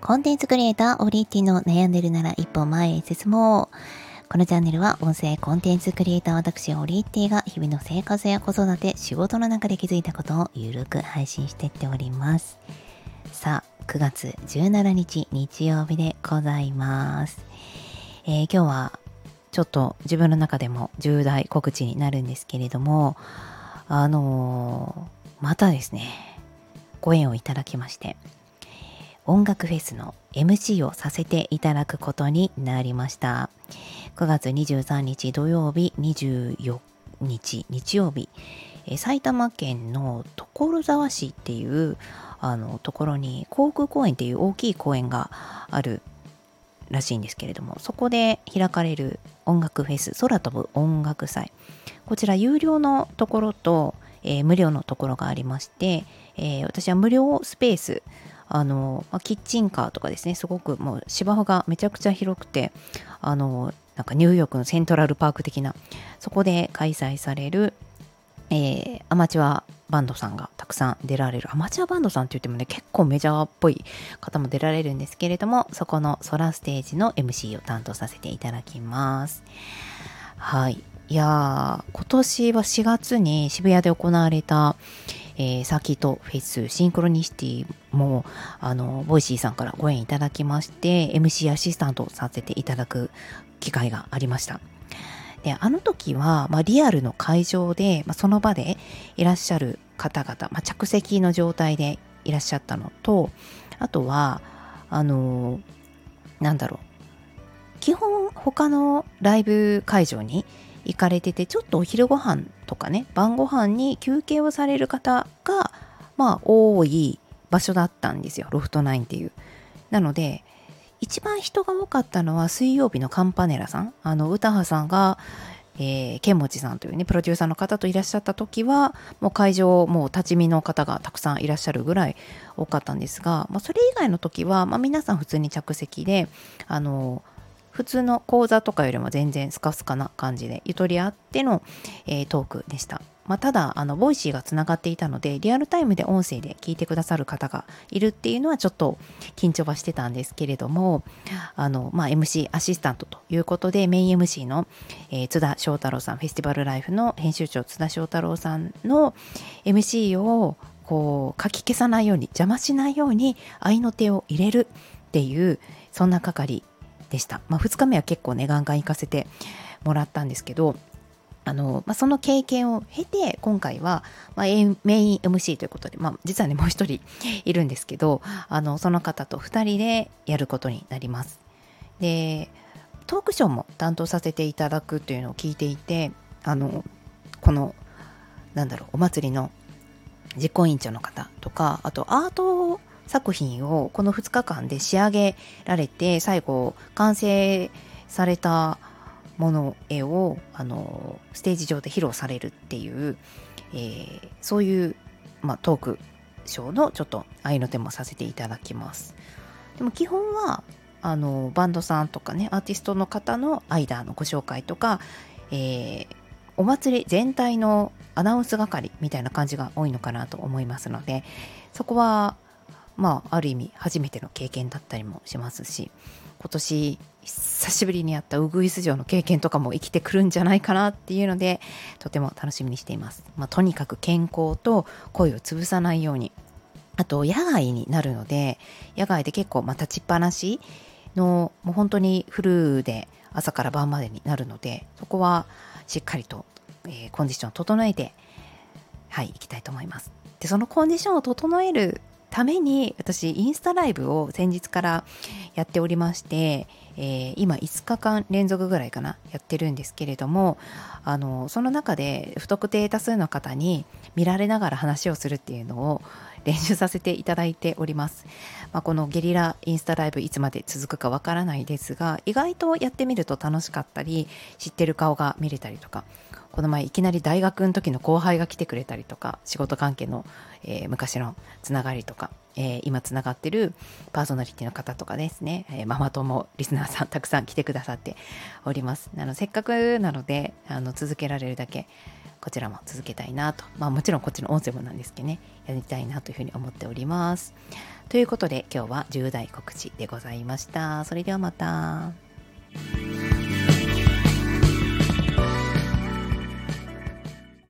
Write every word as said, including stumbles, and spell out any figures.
コンテンツクリエイターオリティの悩んでるなら一歩前へ進もう。このチャンネルは音声コンテンツクリエイター私オリティが日々の生活や子育て、仕事の中で気づいたことをゆるく配信していっております。さあ、くがつじゅうしちにち日曜日でございます。えー、今日はちょっと自分の中でも重大告知になるんですけれども、あのー、またですね、ご縁をいただきまして、音楽フェスの エムシー をさせていただくことになりました。くがつにじゅうさんにち土曜日、にじゅうよっか日曜日、え埼玉県の所沢市っていうあのところに航空公園っていう大きい公園があるらしいんですけれども、そこで開かれる音楽フェス空飛ぶ音楽祭、こちら有料のところと、えー、無料のところがありまして、えー、私は無料スペース、あの、まあ、キッチンカーとかですね、すごくもう芝生がめちゃくちゃ広くて、あのなんかニューヨークのセントラルパーク的な、そこで開催される、えー、アマチュアバンドさんがたくさん出られる、アマチュアバンドさんって言ってもね、結構メジャーっぽい方も出られるんですけれども、そこのソラステージの エムシー を担当させていただきます。はい。いやー、今年はしがつに渋谷で行われたえー、サーキットフェスシンクロニシティもあのボイシーさんからご縁いただきまして エムシー アシスタントをさせていただく機会がありました。で、あの時は、まあ、リアルの会場で、まあ、その場でいらっしゃる方々、まあ、着席の状態でいらっしゃったのと、あとはあのー、なんだろう、基本他のライブ会場に行かれてて、ちょっとお昼ご飯とかね、晩ご飯に休憩をされる方がまあ多い場所だったんですよ、ロフトナインっていう。なので一番人が多かったのは水曜日のカンパネラさん、あの歌羽さんが、えー、ケンモチさんというねプロデューサーの方といらっしゃった時は、もう会場もう立ち見の方がたくさんいらっしゃるぐらい多かったんですが、まあ、それ以外の時は、まあ、皆さん普通に着席で、あの普通の講座とかよりも全然スカスカな感じでゆとりあっての、えー、トークでした。まあ、ただあのボイシーがつながっていたのでリアルタイムで音声で聞いてくださる方がいるっていうのはちょっと緊張はしてたんですけれども、あの、まあ、エムシー アシスタントということでメイン エムシー の、えー、津田翔太郎さん、フェスティバルライフの編集長津田翔太郎さんの エムシー をこう書き消さないように、邪魔しないように合いの手を入れるっていう、そんな係でした。まあ、ふつかめは結構ねガンガン行かせてもらったんですけど、あの、まあ、その経験を経て今回は、まあ、メイン エムシー ということで、まあ、実はねもう一人いるんですけど、あのその方とふたりでやることになります。で、トークショーも担当させていただくというのを聞いていて、あのこのなんだろう、お祭りの実行委員長の方とか、あとアート作品をこのふつかかんで仕上げられて、最後完成されたもの絵をあのステージ上で披露されるっていう、えー、そういう、まあ、トークショーのちょっと合いの手もさせていただきます。でも基本はあのバンドさんとかね、アーティストの方の間のご紹介とか、えー、お祭り全体のアナウンス係みたいな感じが多いのかなと思いますので、そこはまあある意味初めての経験だったりもしますし、今年久しぶりにやったウグイス城の経験とかも生きてくるんじゃないかなっていうので、とても楽しみにしています。まあ、とにかく健康と声を潰さないように、あと野外になるので、野外で結構まあ立ちっぱなしのもう本当にフルで朝から晩までになるので、そこはしっかりと、えー、コンディションを整えてはい行きたいと思います。で、そのコンディションを整えるために私インスタライブを先日からやっておりまして、えー、今いつかかん連続ぐらいかなやってるんですけれども、あのその中で不特定多数の方に見られながら話をするっていうのを練習させていただいております。まあ、このゲリラインスタライブいつまで続くかわからないですが、意外とやってみると楽しかったり、知ってる顔が見れたりとか、この前いきなり大学の時の後輩が来てくれたりとか、仕事関係の、えー、昔のつながりとか、えー、今つながってるパーソナリティの方とかですね、えー、ママ友リスナーさんたくさん来てくださっております。あのせっかくなのであの続けられるだけこちらも続けたいなと、まあもちろんこっちの音声もなんですけどね、やりたいなというふうに思っております。ということで今日は重大告知でございました。それではまた。